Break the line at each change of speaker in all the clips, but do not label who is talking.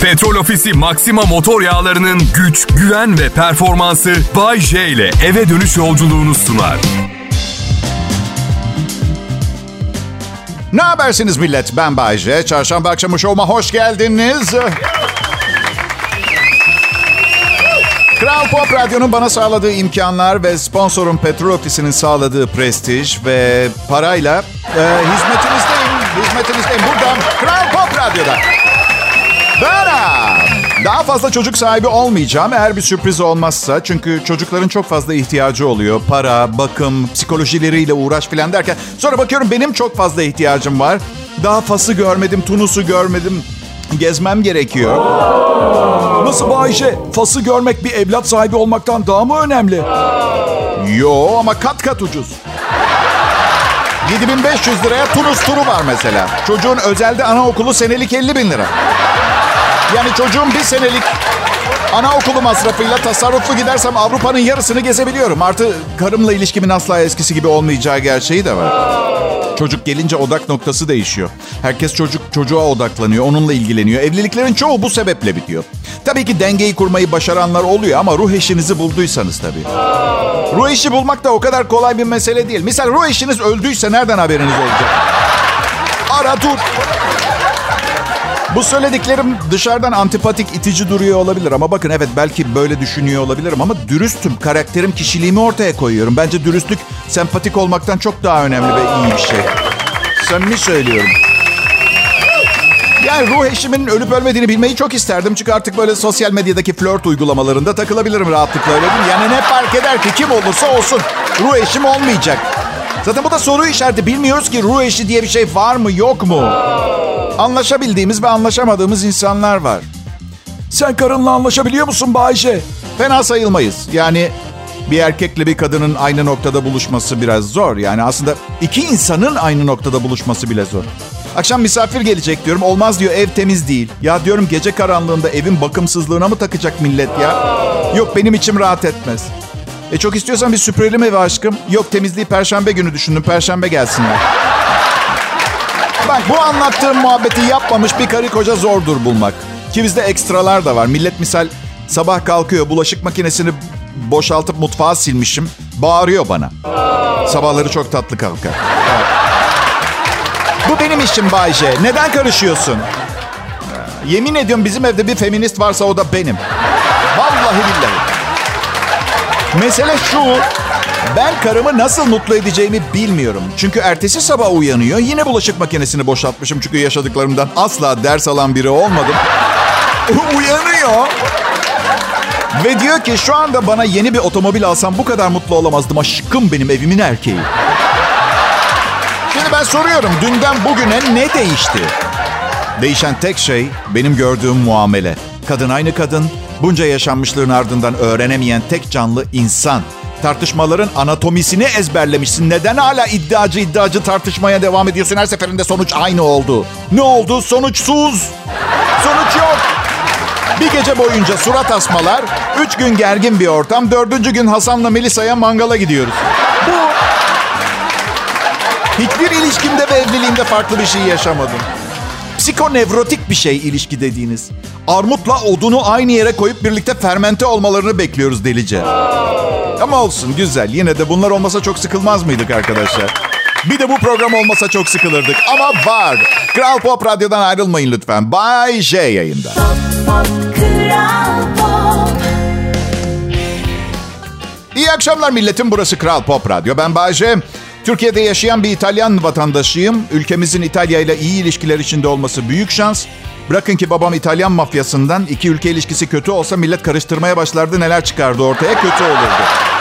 Petrol Ofisi Maxima motor yağlarının güç, güven ve performansı Bay J ile eve dönüş yolculuğunu sunar.
Ne habersiniz millet? Ben Bay J. Çarşamba akşamı şovuma hoş geldiniz. Kral Pop Radyo'nun bana sağladığı imkanlar ve sponsorum Petrol Ofisi'nin sağladığı prestij ve parayla hizmetinizdeyim. Buradan Kral Pop Radyo'da. Daha fazla çocuk sahibi olmayacağım eğer bir sürpriz olmazsa. Çünkü çocukların çok fazla ihtiyacı oluyor. Para, bakım, psikolojileriyle uğraş filan derken. Sonra bakıyorum benim çok fazla ihtiyacım var. Daha Fas'ı görmedim, Tunus'u görmedim. Gezmem gerekiyor.
Nasıl Bayşe? Fas'ı görmek bir evlat sahibi olmaktan daha mı önemli?
Yo ama kat kat ucuz. 7.500 liraya Tunus turu var mesela. Çocuğun özelde anaokulu senelik 50.000 lira. Yani çocuğum bir senelik anaokulu masrafıyla tasarruflu gidersem Avrupa'nın yarısını gezebiliyorum. Artı karımla ilişkimin asla eskisi gibi olmayacağı gerçeği de var. Çocuk gelince odak noktası değişiyor. Herkes çocuğa odaklanıyor, onunla ilgileniyor. Evliliklerin çoğu bu sebeple bitiyor. Tabii ki dengeyi kurmayı başaranlar oluyor ama ruh eşinizi bulduysanız tabii. Ruh eşi bulmak da o kadar kolay bir mesele değil. Misal ruh eşiniz öldüyse nereden haberiniz olacak? Ara dur. Bu söylediklerim dışarıdan antipatik, itici duruyor olabilir. Ama bakın evet belki böyle düşünüyor olabilirim. Ama dürüstüm. Karakterim, kişiliğimi ortaya koyuyorum. Bence dürüstlük sempatik olmaktan çok daha önemli ve iyi bir şey. Samimi söylüyorum. Yani ruh eşimin ölüp ölmediğini bilmeyi çok isterdim. Çünkü artık böyle sosyal medyadaki flört uygulamalarında takılabilirim rahatlıkla, öyle değil mi? Yani ne fark eder ki kim olursa olsun. Ruh eşim olmayacak. Zaten bu da soru işareti. Bilmiyoruz ki ruh eşi diye bir şey var mı yok mu? Anlaşabildiğimiz ve anlaşamadığımız insanlar var.
Sen karınla anlaşabiliyor musun Bayşe?
Fena sayılmayız. Yani bir erkekle bir kadının aynı noktada buluşması biraz zor. Yani aslında iki insanın aynı noktada buluşması bile zor. Akşam misafir gelecek diyorum. Olmaz diyor, ev temiz değil. Ya diyorum gece karanlığında evin bakımsızlığına mı takacak millet ya? Yok benim içim rahat etmez. Çok istiyorsan bir süpürelim evi aşkım. Yok temizliği perşembe günü düşündüm. Perşembe gelsinler. Bak bu anlattığım muhabbeti yapmamış bir karı koca zordur bulmak. Ki bizde ekstralar da var. Millet misal sabah kalkıyor, bulaşık makinesini boşaltıp mutfağı silmişim. Bağırıyor bana. Sabahları çok tatlı kalkar. Evet. Bu benim işim Bayce. Neden karışıyorsun? Yemin ediyorum bizim evde bir feminist varsa o da benim. Vallahi billahi. Mesele şu. Ben karımı nasıl mutlu edeceğimi bilmiyorum. Çünkü ertesi sabah uyanıyor. Yine bulaşık makinesini boşaltmışım. Çünkü yaşadıklarımdan asla ders alan biri olmadım. Uyanıyor. Ve diyor ki şu anda bana yeni bir otomobil alsam bu kadar mutlu olamazdım. Aşkım benim evimin erkeği. Şimdi ben soruyorum. Dünden bugüne ne değişti? Değişen tek şey benim gördüğüm muamele. Kadın aynı kadın. Bunca yaşanmışlığın ardından öğrenemeyen tek canlı insan. Tartışmaların anatomisini ezberlemişsin. Neden hala iddiacı tartışmaya devam ediyorsun? Her seferinde sonuç aynı oldu. Ne oldu? Sonuçsuz. Sonuç yok. Bir gece boyunca surat asmalar, 3 gün gergin bir ortam, 4. gün Hasan'la Melisa'ya mangala gidiyoruz. Bu. Hiçbir ilişkimde ve evliliğimde farklı bir şey yaşamadım. Psikonevrotik bir şey ilişki dediğiniz. Armutla odunu aynı yere koyup birlikte fermente olmalarını bekliyoruz delice. Ama olsun güzel. Yine de bunlar olmasa çok sıkılmaz mıydık arkadaşlar? Bir de bu program olmasa çok sıkılırdık. Ama var. Kral Pop Radyo'dan ayrılmayın lütfen. Bay J yayında. Pop, pop, Kral Pop. İyi akşamlar milletim. Burası Kral Pop Radyo. Ben Bay J. Türkiye'de yaşayan bir İtalyan vatandaşıyım. Ülkemizin İtalya ile iyi ilişkiler içinde olması büyük şans. Bırakın ki babam İtalyan mafyasından, iki ülke ilişkisi kötü olsa millet karıştırmaya başlardı, neler çıkardı ortaya, kötü olurdu.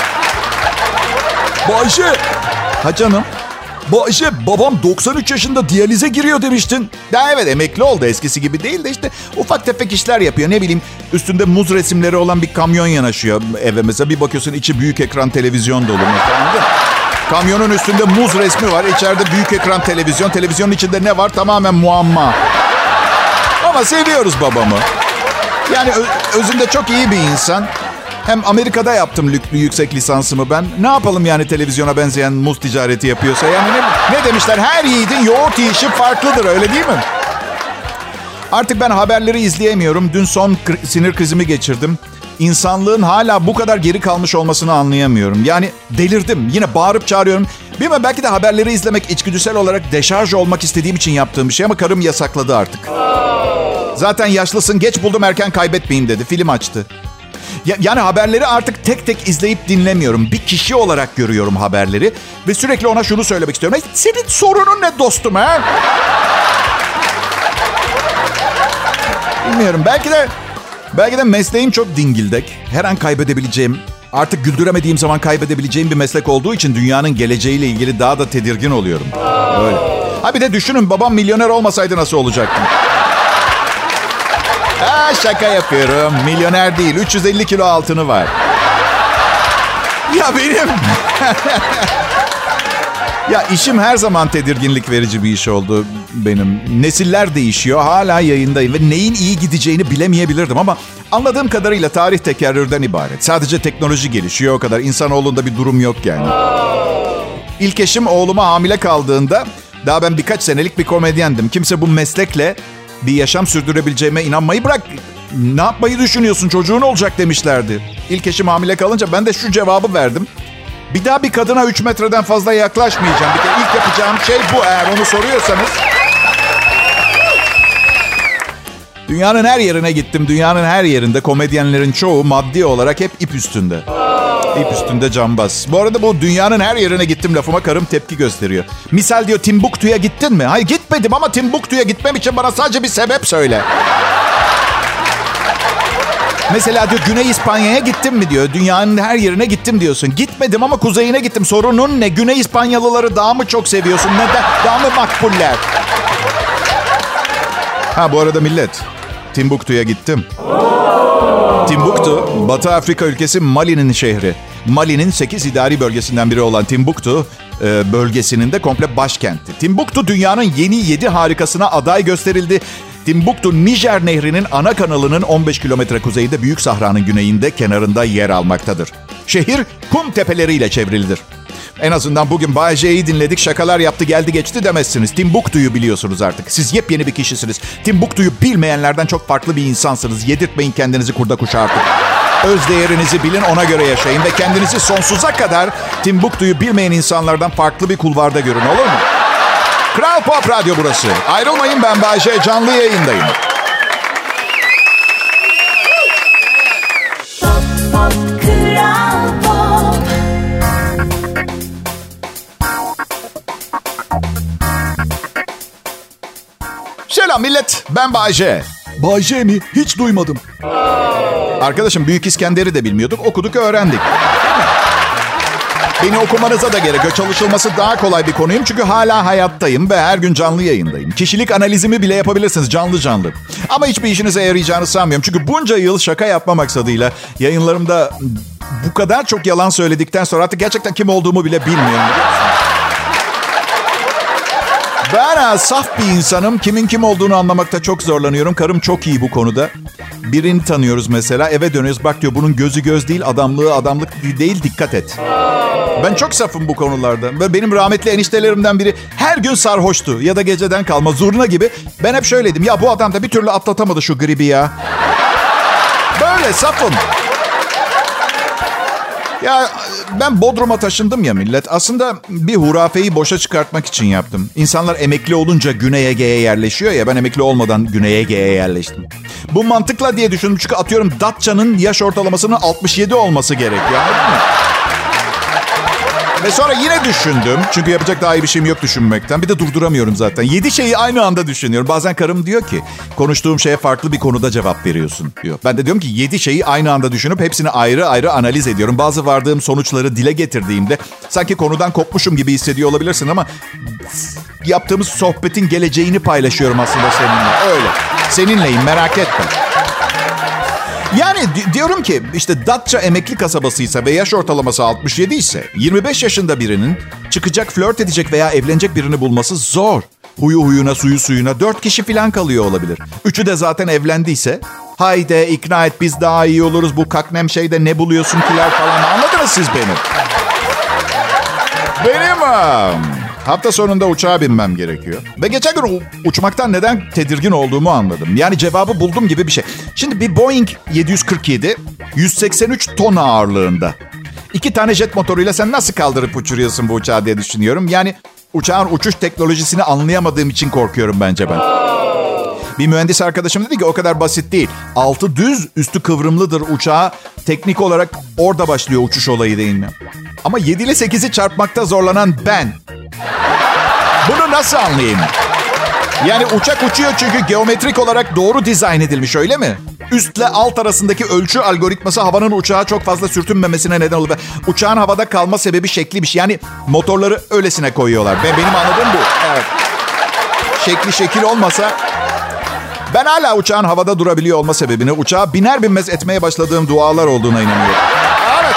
Bayşe.
Ha canım?
Bayşe babam 93 yaşında diyalize giriyor demiştin.
Ya evet emekli oldu, eskisi gibi değil de işte ufak tefek işler yapıyor. Ne bileyim üstünde muz resimleri olan bir kamyon yanaşıyor eve mesela, bir bakıyorsun içi büyük ekran televizyon dolu mesela. Kamyonun üstünde muz resmi var, içeride büyük ekran televizyon. Televizyonun içinde ne var? Tamamen muamma. Ama seviyoruz babamı. Yani özünde çok iyi bir insan. Hem Amerika'da yaptım yüksek lisansımı ben. Ne yapalım yani televizyona benzeyen muz ticareti yapıyorsa. Yani ne demişler? Her yiğidin yoğurt yiyişi farklıdır, öyle değil mi? Artık ben haberleri izleyemiyorum. Dün son sinir krizimi geçirdim. İnsanlığın hala bu kadar geri kalmış olmasını anlayamıyorum. Yani delirdim. Yine bağırıp çağırıyorum. Bilmem, belki de haberleri izlemek içgüdüsel olarak deşarj olmak istediğim için yaptığım bir şey ama karım yasakladı artık. Zaten yaşlısın, geç buldum, erken kaybetmeyin dedi. Film açtı. Yani haberleri artık tek tek izleyip dinlemiyorum. Bir kişi olarak görüyorum haberleri. Ve sürekli ona şunu söylemek istiyorum. Senin sorunun ne dostum ha? Bilmiyorum. Belki de mesleğim çok dingildek. Her an kaybedebileceğim, artık güldüremediğim zaman kaybedebileceğim bir meslek olduğu için dünyanın geleceğiyle ilgili daha da tedirgin oluyorum. Öyle. Ha bir de düşünün, babam milyoner olmasaydı nasıl olacaktım? Şaka yapıyorum. Milyoner değil. 350 kilo altını var. Ya benim... Ya işim her zaman tedirginlik verici bir iş oldu benim. Nesiller değişiyor. Hala yayındayım ve neyin iyi gideceğini bilemeyebilirdim ama anladığım kadarıyla tarih tekerrürden ibaret. Sadece teknoloji gelişiyor o kadar. İnsanoğlunda bir durum yok yani. İlk eşim oğluma hamile kaldığında daha ben birkaç senelik bir komedyendim. Kimse bu meslekle bir yaşam sürdürebileceğime inanmayı bırak. Ne yapmayı düşünüyorsun, çocuğun olacak demişlerdi. İlk eşim hamile kalınca ben de şu cevabı verdim. Bir daha bir kadına 3 metreden fazla yaklaşmayacağım. Bir kere ilk yapacağım şey bu, eğer onu soruyorsanız. Dünyanın her yerine gittim. Dünyanın her yerinde komedyenlerin çoğu maddi olarak hep ip üstünde. İp üstünde cambaz. Bu arada bu dünyanın her yerine gittim lafıma karım tepki gösteriyor. Misal diyor, Timbuktu'ya gittin mi? Hayır gitmedim ama Timbuktu'ya gitmem için bana sadece bir sebep söyle. Mesela diyor, Güney İspanya'ya gittim mi diyor. Dünyanın her yerine gittim diyorsun. Gitmedim ama kuzeyine gittim. Sorunun ne? Güney İspanyalıları daha mı çok seviyorsun? Neden? Daha mı makbuller? Ha bu arada millet, Timbuktu'ya gittim. Timbuktu, Batı Afrika ülkesi Mali'nin şehri. Mali'nin 8 idari bölgesinden biri olan Timbuktu bölgesinin de komple başkenti. Timbuktu dünyanın yeni 7 harikasına aday gösterildi. Timbuktu, Nijer Nehri'nin ana kanalının 15 kilometre kuzeyinde Büyük Sahra'nın güneyinde kenarında yer almaktadır. Şehir kum tepeleriyle çevrilidir. En azından bugün Bay J'yi dinledik, şakalar yaptı, geldi geçti demezsiniz. Timbuktu'yu biliyorsunuz artık. Siz yepyeni bir kişisiniz. Timbuktu'yu bilmeyenlerden çok farklı bir insansınız. Yedirtmeyin kendinizi kurda kuşa artık. Öz değerinizi bilin, ona göre yaşayın ve kendinizi sonsuza kadar Timbuktu'yu bilmeyen insanlardan farklı bir kulvarda görün, olur mu? Kral Pop Radyo burası. Ayrılmayın, ben Bay J, canlı yayındayım. Selam millet, ben Bay J.
Bay J mi? Hiç duymadım.
Arkadaşım, Büyük İskender'i de bilmiyorduk, okuduk öğrendik. Beni okumanıza da gerek yok. Çalışılması daha kolay bir konuyum çünkü hala hayattayım ve her gün canlı yayındayım. Kişilik analizimi bile yapabilirsiniz canlı. Ama hiçbir işinize yarayacağını sanmıyorum. Çünkü bunca yıl şaka yapma maksadıyla yayınlarımda bu kadar çok yalan söyledikten sonra artık gerçekten kim olduğumu bile bilmiyorum. Ben saf bir insanım. Kimin kim olduğunu anlamakta çok zorlanıyorum. Karım çok iyi bu konuda. Birini tanıyoruz mesela, eve dönüyoruz. Bak diyor, bunun gözü göz değil, adamlığı adamlık değil, dikkat et. Ben çok safım bu konularda. Ve benim rahmetli eniştelerimden biri her gün sarhoştu ya da geceden kalma zurna gibi. Ben hep şöyleydim, ya bu adam da bir türlü atlatamadı şu gribi ya. Böyle safım. Ya ben Bodrum'a taşındım ya millet. Aslında bir hurafeyi boşa çıkartmak için yaptım. İnsanlar emekli olunca Güney Ege'ye yerleşiyor ya. Ben emekli olmadan Güney Ege'ye yerleştim. Bu mantıkla diye düşündüm. Çünkü atıyorum Datça'nın yaş ortalamasının 67 olması gerekiyor. Anladın mı? Ve sonra yine düşündüm. Çünkü yapacak daha iyi bir şeyim yok düşünmekten. Bir de durduramıyorum zaten. 7 şeyi aynı anda düşünüyorum. Bazen karım diyor ki, konuştuğum şeye farklı bir konuda cevap veriyorsun diyor. Ben de diyorum ki 7 şeyi aynı anda düşünüp hepsini ayrı ayrı analiz ediyorum. Bazı vardığım sonuçları dile getirdiğimde sanki konudan kopmuşum gibi hissediyor olabilirsin ama yaptığımız sohbetin geleceğini paylaşıyorum aslında seninle. Öyle. Seninleyim, merak etme. Yani diyorum ki işte Datça emekli kasabasıysa ve yaş ortalaması 67 ise 25 yaşında birinin çıkacak, flört edecek veya evlenecek birini bulması zor. Huyu huyuna, suyu suyuna 4 kişi falan kalıyor olabilir. 3'ü de zaten evlendiyse haydi ikna et, biz daha iyi oluruz, bu kaknem şeyde ne buluyorsun kiler falan, anladınız siz beni. Benim Hafta sonunda uçağa binmem gerekiyor. Ve geçen gün uçmaktan neden tedirgin olduğumu anladım. Yani cevabı buldum gibi bir şey. Şimdi bir Boeing 747 183 ton ağırlığında. 2 tane jet motoruyla sen nasıl kaldırıp uçuruyorsun bu uçağı diye düşünüyorum. Yani uçağın uçuş teknolojisini anlayamadığım için korkuyorum bence ben. Bir mühendis arkadaşım dedi ki o kadar basit değil. Altı düz, üstü kıvrımlıdır uçağa. Teknik olarak orada başlıyor uçuş olayı değil mi? Ama 7 ile 8'i çarpmakta zorlanan ben. Bunu nasıl anlayayım? Yani uçak uçuyor çünkü geometrik olarak doğru dizayn edilmiş, öyle mi? Üstle alt arasındaki ölçü algoritması havanın uçağa çok fazla sürtünmemesine neden oluyor. Uçağın havada kalma sebebi şekliymiş. Yani motorları öylesine koyuyorlar. Benim anladığım bu. Evet. Şekli şekil olmasa... Ben hala uçağın havada durabiliyor olma sebebini uçağa biner binmez etmeye başladığım dualar olduğuna inanıyorum. Evet.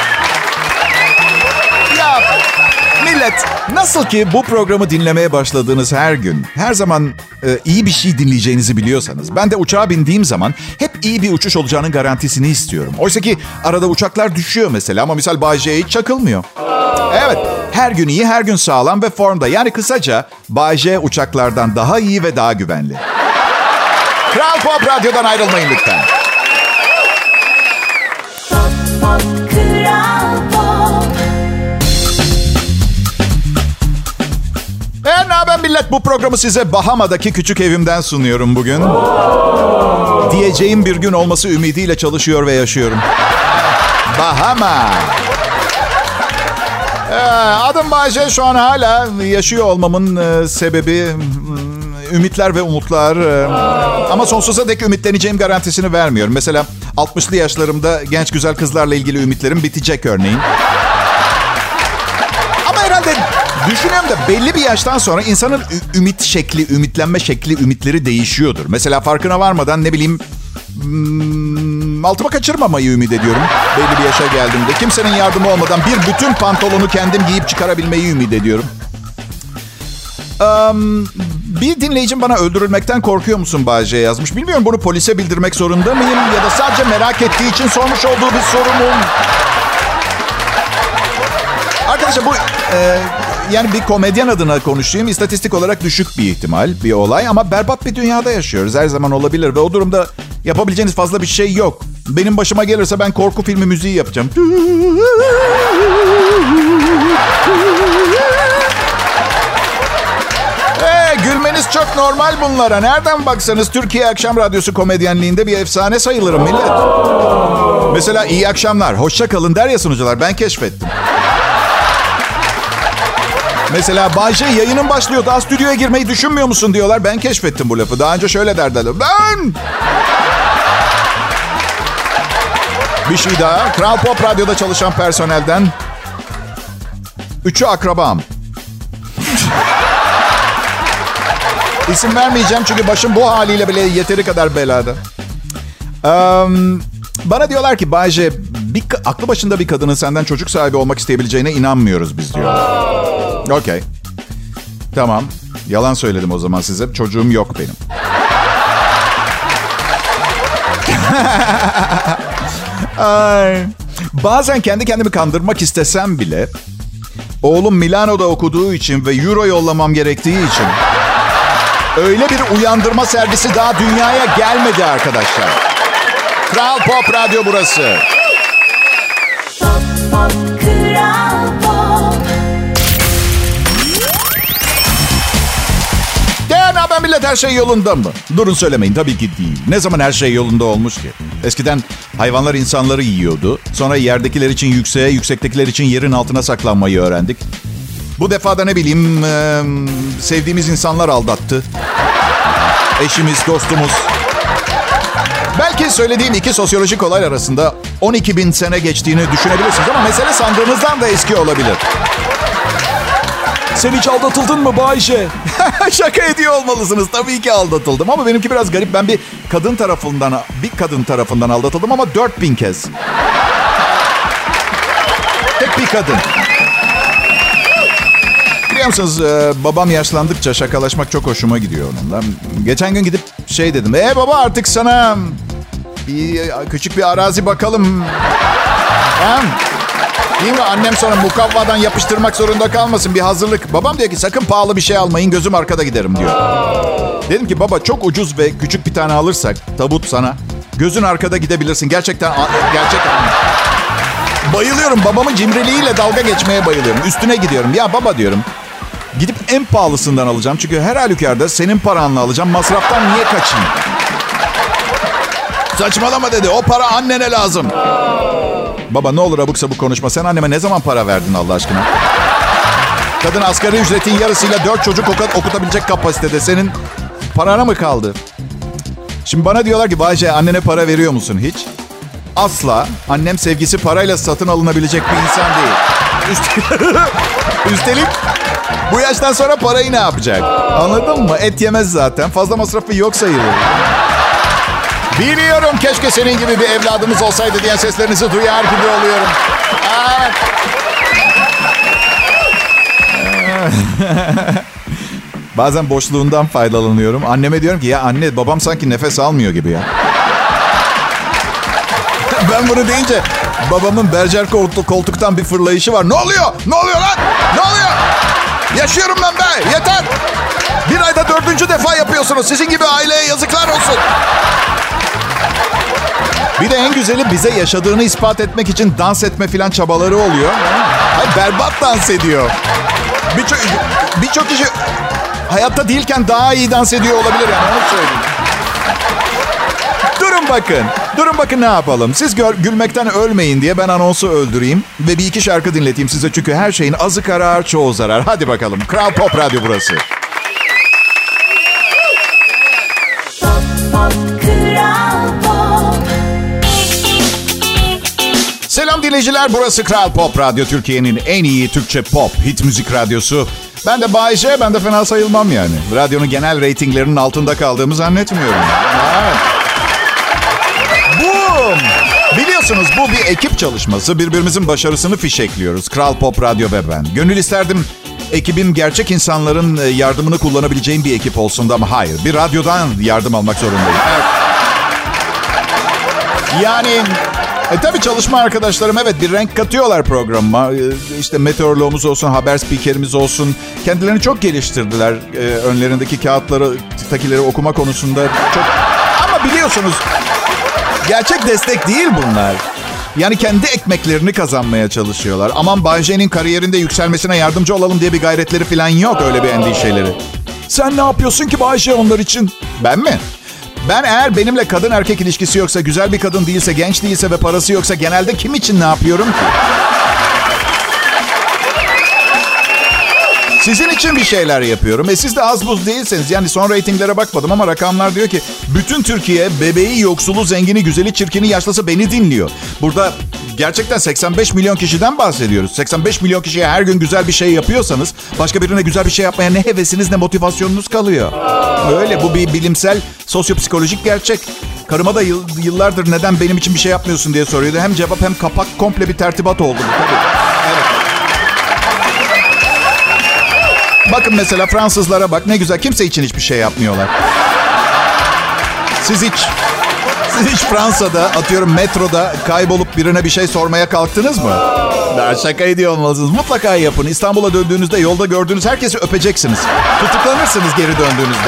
Ya millet, nasıl ki bu programı dinlemeye başladığınız her gün, her zaman iyi bir şey dinleyeceğinizi biliyorsanız, ben de uçağa bindiğim zaman hep iyi bir uçuş olacağının garantisini istiyorum. Oysa ki arada uçaklar düşüyor mesela ama misal Bay J hiç çakılmıyor. Evet, her gün iyi, her gün sağlam ve formda. Yani kısaca Bay J uçaklardan daha iyi ve daha güvenli. Kral Pop Radyo'dan ayrılmayın lütfen.
Pop, pop, Kral Pop.
Ne haber millet? Bu programı size Bahama'daki küçük evimden sunuyorum bugün. Diyeceğim bir gün olması ümidiyle çalışıyor ve yaşıyorum. Bahama. Adım Bayce. Şu an hala yaşıyor olmamın sebebi... ümitler ve umutlar. Ama sonsuza dek ümitleneceğim garantisini vermiyorum. Mesela 60'lı yaşlarımda genç güzel kızlarla ilgili ümitlerim bitecek örneğin. Ama herhalde düşünüyorum da belli bir yaştan sonra insanın ümit şekli, ümitlenme şekli, ümitleri değişiyordur. Mesela farkına varmadan ne bileyim altıma kaçırmamayı ümit ediyorum. Belli bir yaşa geldiğimde kimsenin yardımı olmadan bir bütün pantolonu kendim giyip çıkarabilmeyi ümit ediyorum. Bir dinleyicim bana öldürülmekten korkuyor musun Bayce yazmış. Bilmiyorum, bunu polise bildirmek zorunda mıyım ya da sadece merak ettiği için sormuş olduğu bir soru mu? Arkadaşlar bu yani bir komedyen adına konuşayım. İstatistik olarak düşük bir ihtimal, bir olay ama berbat bir dünyada yaşıyoruz. Her zaman olabilir ve o durumda yapabileceğiniz fazla bir şey yok. Benim başıma gelirse ben korku filmi müziği yapacağım. Gülmeniz çok normal bunlara. Nereden baksanız Türkiye Akşam Radyosu komedyenliğinde bir efsane sayılırım millet. Mesela iyi akşamlar, hoşça kalın der ya sunucular. Ben keşfettim. Mesela Bayce yayının başlıyor, daha stüdyoya girmeyi düşünmüyor musun diyorlar. Ben keşfettim bu lafı. Daha önce şöyle derler. Ben! Bir şey daha. Kral Pop Radyo'da çalışan personelden 3'ü akrabam. İsim vermeyeceğim çünkü başım bu haliyle bile yeteri kadar belada. Bana diyorlar ki Bayce, aklı başında bir kadının senden çocuk sahibi olmak isteyebileceğine inanmıyoruz biz diyor. Okey. Tamam. Yalan söyledim o zaman size. Çocuğum yok benim. Ay. Bazen kendi kendimi kandırmak istesem bile oğlum Milano'da okuduğu için ve euro yollamam gerektiği için öyle bir uyandırma servisi daha dünyaya gelmedi arkadaşlar. Kral Pop Radyo burası.
Pop, pop, Kral Pop.
Ne haber millet, her şey yolunda mı? Durun söylemeyin, tabii ki değil. Ne zaman her şey yolunda olmuş ki? Eskiden hayvanlar insanları yiyordu. Sonra yerdekiler için yükseğe, yüksektekiler için yerin altına saklanmayı öğrendik. Bu defa da ne bileyim sevdiğimiz insanlar aldattı. Eşimiz, dostumuz. Belki söylediğim iki sosyolojik olay arasında 12.000 sene geçtiğini düşünebilirsiniz ama mesele sandığınızdan da eski olabilir.
Sen hiç aldatıldın mı Bayce?
Şaka ediyor olmalısınız. Tabii ki aldatıldım ama benimki biraz garip. Ben bir kadın tarafından aldatıldım ama 4.000 kez. Tek bir kadın. Biliyor musunuz, babam yaşlandıkça şakalaşmak çok hoşuma gidiyor onunla. Geçen gün gidip şey dedim. Baba artık sana küçük bir arazi bakalım. Değil mi? Annem sonra mukavvadan yapıştırmak zorunda kalmasın, bir hazırlık. Babam diyor ki sakın pahalı bir şey almayın, gözüm arkada giderim diyor. Dedim ki baba çok ucuz ve küçük bir tane alırsak tabut sana. Gözün arkada gidebilirsin. Gerçekten gerçek. Bayılıyorum. Babamın cimriliğiyle dalga geçmeye bayılıyorum. Üstüne gidiyorum. Ya baba diyorum. Gidip en pahalısından alacağım. Çünkü her halükarda senin paranla alacağım. Masraftan niye kaçayım? Saçmalama dedi. O para annene lazım. Baba ne olur abuk sabuk konuşma. Sen anneme ne zaman para verdin Allah aşkına? Kadın asgari ücretin yarısıyla 4 çocuk okutabilecek kapasitede. Senin parana mı kaldı? Şimdi bana diyorlar ki Bayce annene para veriyor musun hiç? Asla. Annem sevgisi parayla satın alınabilecek bir insan değil. Üstelik bu yaştan sonra parayı ne yapacak? Anladın mı? Et yemez zaten. Fazla masrafı yok sayılır. Biliyorum keşke senin gibi bir evladımız olsaydı diye seslerinizi duyar gibi oluyorum. Bazen boşluğundan faydalanıyorum. Anneme diyorum ki ya anne babam sanki nefes almıyor gibi ya. Ben bunu deyince babamın berjer koltuktan bir fırlayışı var. Ne oluyor? Ne oluyor lan? Ne oluyor? Yaşıyorum ben be. Yeter. Bir ayda 4. defa yapıyorsunuz. Sizin gibi aileye yazıklar olsun. Bir de en güzeli bize yaşadığını ispat etmek için dans etme filan çabaları oluyor. Hayır, berbat dans ediyor. Birçok kişi hayatta değilken daha iyi dans ediyor olabilir yani onu söyleyeyim. Durun bakın ne yapalım. Siz gülmekten ölmeyin diye ben anonsu öldüreyim. Ve bir iki şarkı dinleteyim size. Çünkü her şeyin azı karar çoğu zarar. Hadi bakalım. Kral Pop Radyo burası. Selam dinleyiciler. Burası Kral Pop Radyo. Türkiye'nin en iyi Türkçe pop hit müzik radyosu. Ben de Bayce. Ben de fena sayılmam yani. Radyonun genel reytinglerinin altında kaldığımı zannetmiyorum. Evet. Biliyorsunuz bu bir ekip çalışması. Birbirimizin başarısını fişekliyoruz. Kral Pop Radyo ve ben. Gönül isterdim ekibim gerçek insanların yardımını kullanabileceğim bir ekip olsun da ama hayır. Bir radyodan yardım almak zorundayım. Evet. Yani tabii çalışma arkadaşlarım evet bir renk katıyorlar programıma. İşte meteoroloğumuz olsun, haber spikerimiz olsun. Kendilerini çok geliştirdiler. Önlerindeki kağıtları, takileri okuma konusunda çok... Ama biliyorsunuz... Gerçek destek değil bunlar. Yani kendi ekmeklerini kazanmaya çalışıyorlar. Aman Bayce'nin kariyerinde yükselmesine yardımcı olalım diye bir gayretleri falan yok, öyle bir endişeleri.
Sen ne yapıyorsun ki Bayce onlar için?
Ben mi? Ben eğer benimle kadın erkek ilişkisi yoksa, güzel bir kadın değilse, genç değilse ve parası yoksa genelde kim için ne yapıyorum ki? Sizin için bir şeyler yapıyorum. Siz de az buz değilseniz. Yani son reytinglere bakmadım ama rakamlar diyor ki... Bütün Türkiye bebeği, yoksulu, zengini, güzeli, çirkini, yaşlısı beni dinliyor. Burada gerçekten 85 milyon kişiden bahsediyoruz. 85 milyon kişiye her gün güzel bir şey yapıyorsanız... Başka birine güzel bir şey yapmaya ne hevesiniz ne motivasyonunuz kalıyor. Öyle, bu bir bilimsel, sosyopsikolojik gerçek. Karıma da yıllardır neden benim için bir şey yapmıyorsun diye soruyordu. Hem cevap hem kapak, komple bir tertibat oldu. Tabii. Evet. Bakın mesela Fransızlara bak, ne güzel, kimse için hiçbir şey yapmıyorlar. Siz hiç Fransa'da, atıyorum metroda kaybolup birine bir şey sormaya kalktınız mı? Daha şaka ediyor olmalısınız. Mutlaka yapın. İstanbul'a döndüğünüzde yolda gördüğünüz herkesi öpeceksiniz. Tutuklanırsınız geri döndüğünüzde.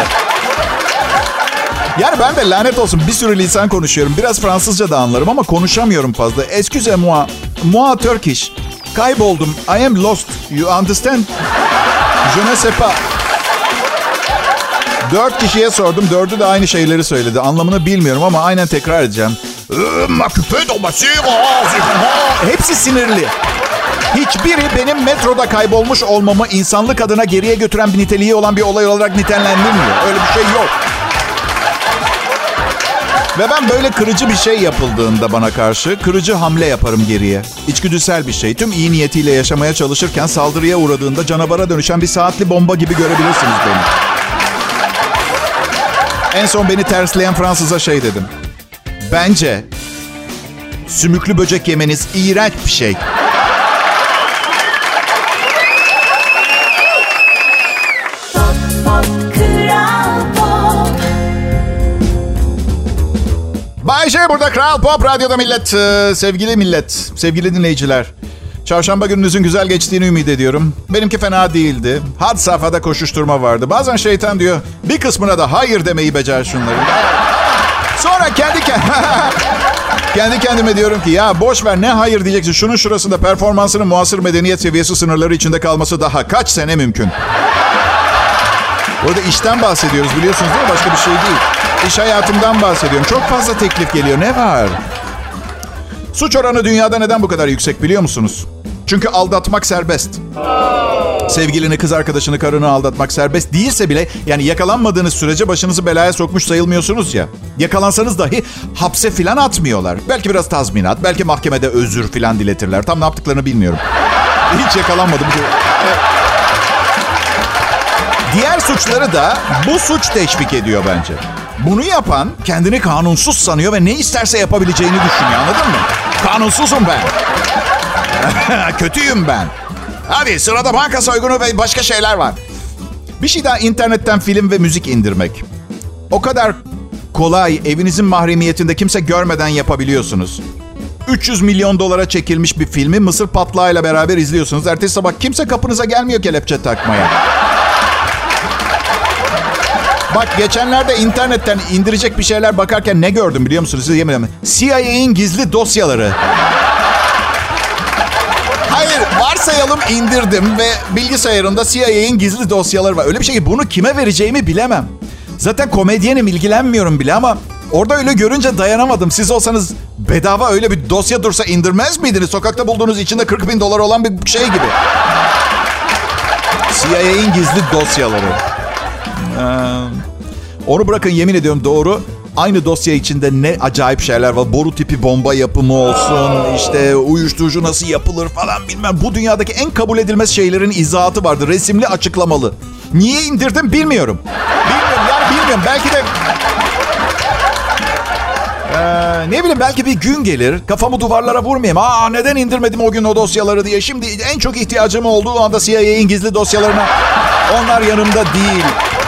Yani ben de lanet olsun bir sürü lisan konuşuyorum. Biraz Fransızca da anlarım ama konuşamıyorum fazla. Excusez-moi. Moi Turkish. Kayboldum. I am lost. You understand? Je ne sais pas. 4 kişiye sordum. 4'ü de aynı şeyleri söyledi. Anlamını bilmiyorum ama aynen tekrar edeceğim. Hepsi sinirli. Hiçbiri benim metroda kaybolmuş olmamı insanlık adına geriye götüren bir niteliği olan bir olay olarak nitelendirmiyor. Öyle bir şey yok. Ve ben böyle kırıcı bir şey yapıldığında bana karşı kırıcı hamle yaparım geriye. İçgüdüsel bir şey. Tüm iyi niyetiyle yaşamaya çalışırken saldırıya uğradığında canavara dönüşen bir saatli bomba gibi görebilirsiniz beni. En son beni tersleyen Fransız'a şey dedim. Bence sümüklü böcek yemeniz iğrenç bir şey. Bay J burada Kral Pop Radyo'da millet. Sevgili millet, sevgili dinleyiciler. Çarşamba gününüzün güzel geçtiğini ümit ediyorum. Benimki fena değildi. Had safhada koşuşturma vardı. Bazen şeytan diyor, bir kısmına da hayır demeyi becer şunların. Sonra kendi kendime diyorum ki ya boş ver, ne hayır diyeceksin. Şunun şurasında performansının muasır medeniyet seviyesi sınırları içinde kalması daha kaç sene mümkün? Orada işten bahsediyoruz, biliyorsunuz değil mi? Başka bir şey değil. İş hayatımdan bahsediyorum. Çok fazla teklif geliyor. Ne var? Suç oranı dünyada neden bu kadar yüksek biliyor musunuz? Çünkü aldatmak serbest. Sevgilini, kız arkadaşını, karını aldatmak serbest değilse bile, yani yakalanmadığınız sürece başınızı belaya sokmuş sayılmıyorsunuz ya. Yakalansanız dahi hapse filan atmıyorlar. Belki biraz tazminat, belki mahkemede özür filan diletirler. Tam ne yaptıklarını bilmiyorum. Hiç yakalanmadım. Diğer suçları da bu suç teşvik ediyor bence. Bunu yapan kendini kanunsuz sanıyor ve ne isterse yapabileceğini düşünüyor, anladın mı? Kanunsuzum ben. Kötüyüm ben. Hadi sırada banka soygunu ve başka şeyler var. Bir şey daha, internetten film ve müzik indirmek. O kadar kolay, evinizin mahremiyetinde kimse görmeden yapabiliyorsunuz. 300 milyon dolara çekilmiş bir filmi mısır patlağıyla beraber izliyorsunuz. Ertesi sabah kimse kapınıza gelmiyor kelepçe takmaya. Bak geçenlerde internetten indirecek bir şeyler bakarken ne gördüm biliyor musunuz? Size yemin ederim. CIA'in gizli dosyaları. Hayır, varsayalım indirdim ve bilgisayarımda CIA'in gizli dosyaları var. Öyle bir şey ki bunu kime vereceğimi bilemem. Zaten komedyenim, ilgilenmiyorum bile ama orada öyle görünce dayanamadım. Siz olsanız bedava öyle bir dosya dursa indirmez miydiniz? Sokakta bulduğunuz içinde 40 bin dolar olan bir şey gibi. CIA'in gizli dosyaları. Onu bırakın, yemin ediyorum doğru. Aynı dosya içinde ne acayip şeyler var. Boru tipi bomba yapımı olsun, işte uyuşturucu nasıl yapılır falan bilmem. Bu dünyadaki en kabul edilmez şeylerin izahatı vardı. Resimli, açıklamalı. Niye indirdim bilmiyorum. Bilmiyorum. Belki de... ne bileyim, belki bir gün gelir. Kafamı duvarlara vurmayayım. Neden indirmedim o gün o dosyaları diye. Şimdi en çok ihtiyacım olduğu anda CIA'in gizli dosyalarına. Onlar yanımda değil.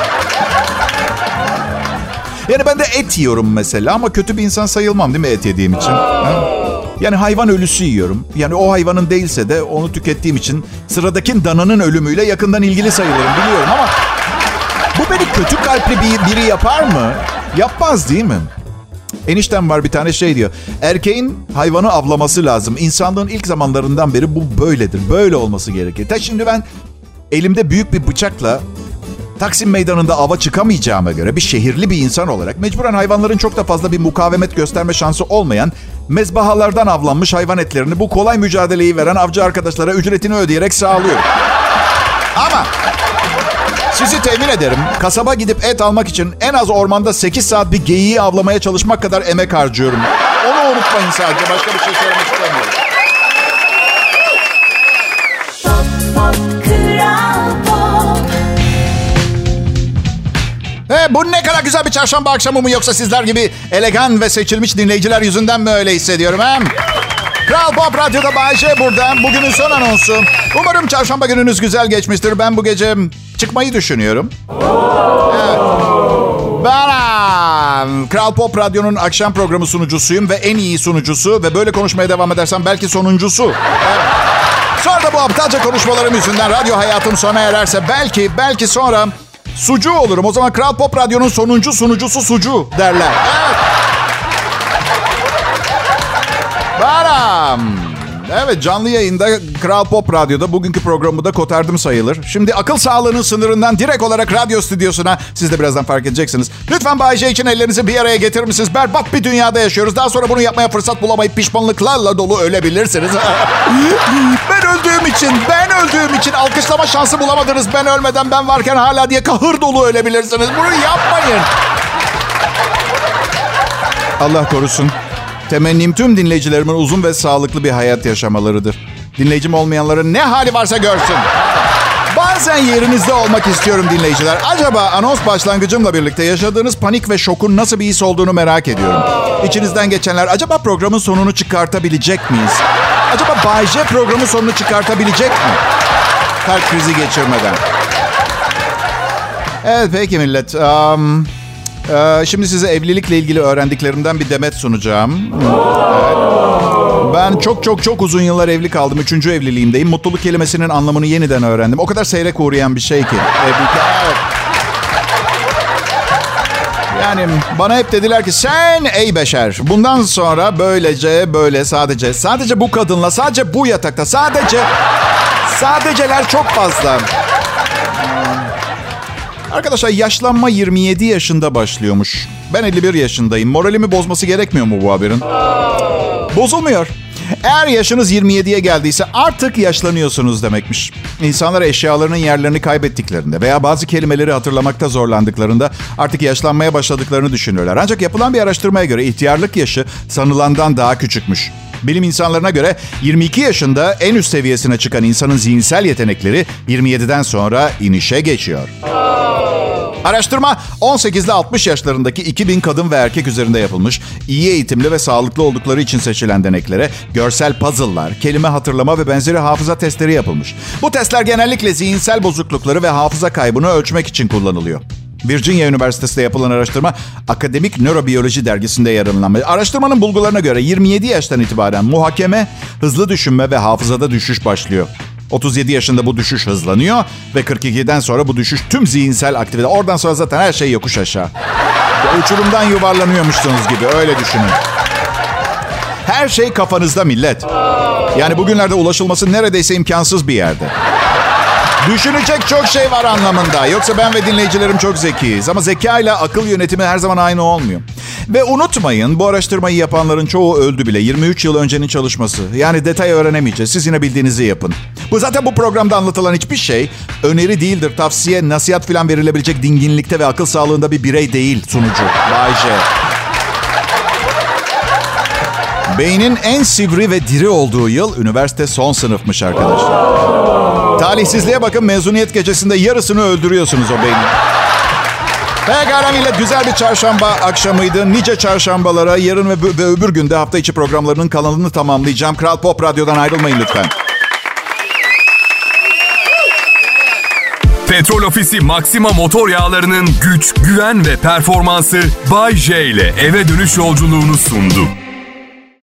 Yani ben de et yiyorum mesela ama kötü bir insan sayılmam değil mi et yediğim için? Yani hayvan ölüsü yiyorum. Yani o hayvanın değilse de onu tükettiğim için sıradaki dananın ölümüyle yakından ilgili sayılırım, biliyorum ama bu beni kötü kalpli biri yapar mı? Yapmaz değil mi? Eniştem var bir tane şey diyor. Erkeğin hayvanı avlaması lazım. İnsanlığın ilk zamanlarından beri bu böyledir. Böyle olması gerekir. Şimdi ben elimde büyük bir bıçakla Taksim Meydanı'nda ava çıkamayacağıma göre bir şehirli bir insan olarak mecburen hayvanların çok da fazla bir mukavemet gösterme şansı olmayan mezbahalardan avlanmış hayvan etlerini bu kolay mücadeleyi veren avcı arkadaşlara ücretini ödeyerek sağlıyorum. Ama sizi temin ederim, kasaba gidip et almak için en az ormanda 8 saat bir geyiği avlamaya çalışmak kadar emek harcıyorum. Onu unutmayın sadece. Başka bir şey söylemek istemiyorum. Bu ne kadar güzel bir çarşamba akşamı mı, yoksa sizler gibi elegan ve seçilmiş dinleyiciler yüzünden mi öyle hissediyorum he? Kral Pop Radyo'da Bay J burada. Bugünün son anonsu. Umarım çarşamba gününüz güzel geçmiştir. Ben bu gece çıkmayı düşünüyorum. Evet. Ben Kral Pop Radyo'nun akşam programı sunucusuyum ve en iyi sunucusu ve böyle konuşmaya devam edersem belki sonuncusu. Evet. Sonra da bu aptalca konuşmalarım yüzünden radyo hayatım sona ererse belki sonra sucu olurum. O zaman Kral Pop Radyo'nun sonuncu sunucusu sucu derler. Evet. Baram. Evet, canlı yayında Kral Pop Radyo'da bugünkü programı da kotardım sayılır. Şimdi akıl sağlığının sınırından direkt olarak radyo stüdyosuna, siz de birazdan fark edeceksiniz. Lütfen Bay J için ellerinizi bir araya getirir misiniz? Berbat bir dünyada yaşıyoruz. Daha sonra bunu yapmaya fırsat bulamayıp pişmanlıklarla dolu ölebilirsiniz. Ben öldüğüm için alkışlama şansı bulamadınız. Ben ölmeden, ben varken hala diye kahır dolu ölebilirsiniz. Bunu yapmayın. Allah korusun. Temennim tüm dinleyicilerimin uzun ve sağlıklı bir hayat yaşamalarıdır. Dinleyicim olmayanların ne hali varsa görsün. Bazen yerinizde olmak istiyorum dinleyiciler. Acaba anons başlangıcımla birlikte yaşadığınız panik ve şokun nasıl bir his olduğunu merak ediyorum. İçinizden geçenler, acaba programın sonunu çıkartabilecek miyiz? Acaba Bay J programın sonunu çıkartabilecek mi? Kalp krizi geçirmeden. Evet, peki millet. Şimdi size evlilikle ilgili öğrendiklerimden bir demet sunacağım. Evet. Ben çok uzun yıllar evli kaldım. 3. evliliğimdeyim. Mutluluk kelimesinin anlamını yeniden öğrendim. O kadar seyrek uğrayan bir şey ki. Evet. Yani bana hep dediler ki sen ey beşer bundan sonra böylece böyle sadece bu kadınla sadece bu yatakta sadeceler çok fazla. Arkadaşlar yaşlanma 27 yaşında başlıyormuş. Ben 51 yaşındayım. Moralimi bozması gerekmiyor mu bu haberin? Bozulmuyor. Eğer yaşınız 27'ye geldiyse artık yaşlanıyorsunuz demekmiş. İnsanlar eşyalarının yerlerini kaybettiklerinde veya bazı kelimeleri hatırlamakta zorlandıklarında artık yaşlanmaya başladıklarını düşünürler. Ancak yapılan bir araştırmaya göre ihtiyarlık yaşı sanılandan daha küçükmüş. Bilim insanlarına göre 22 yaşında en üst seviyesine çıkan insanın zihinsel yetenekleri 27'den sonra inişe geçiyor. Araştırma 18 ile 60 yaşlarındaki 2000 kadın ve erkek üzerinde yapılmış. İyi eğitimli ve sağlıklı oldukları için seçilen deneklere görsel puzzle'lar, kelime hatırlama ve benzeri hafıza testleri yapılmış. Bu testler genellikle zihinsel bozuklukları ve hafıza kaybını ölçmek için kullanılıyor. Virginia Üniversitesi'nde yapılan araştırma Akademik Nörobiyoloji dergisinde yayınlanmış. Araştırmanın bulgularına göre 27 yaştan itibaren muhakeme, hızlı düşünme ve hafızada düşüş başlıyor. 37 yaşında bu düşüş hızlanıyor ve 42'den sonra bu düşüş tüm zihinsel aktivite. Oradan sonra zaten her şey yokuş aşağı. Uçurumdan yuvarlanıyormuşsunuz gibi öyle düşünün. Her şey kafanızda millet. Yani bugünlerde ulaşılması neredeyse imkansız bir yerde. Düşünecek çok şey var anlamında. Yoksa ben ve dinleyicilerim çok zekiyiz. Ama zeka ile akıl yönetimi her zaman aynı olmuyor. Ve unutmayın bu araştırmayı yapanların çoğu öldü bile. 23 yıl öncenin çalışması. Yani detay öğrenemeyeceğiz. Siz yine bildiğinizi yapın. Zaten bu programda anlatılan hiçbir şey öneri değildir. Tavsiye, nasihat falan verilebilecek dinginlikte ve akıl sağlığında bir birey değil sunucu. Bay J. Beynin en sivri ve diri olduğu yıl üniversite son sınıfmış arkadaşlar. Talihsizliğe bakın mezuniyet gecesinde yarısını öldürüyorsunuz o beynin. Pekala millet güzel bir çarşamba akşamıydı. Nice çarşambalara yarın ve öbür günde hafta içi programlarının kanalını tamamlayacağım. Kral Pop Radyo'dan ayrılmayın lütfen.
Petrol Ofisi Maxima motor yağlarının güç, güven ve performansı Bay J ile eve dönüş yolculuğunu sundu.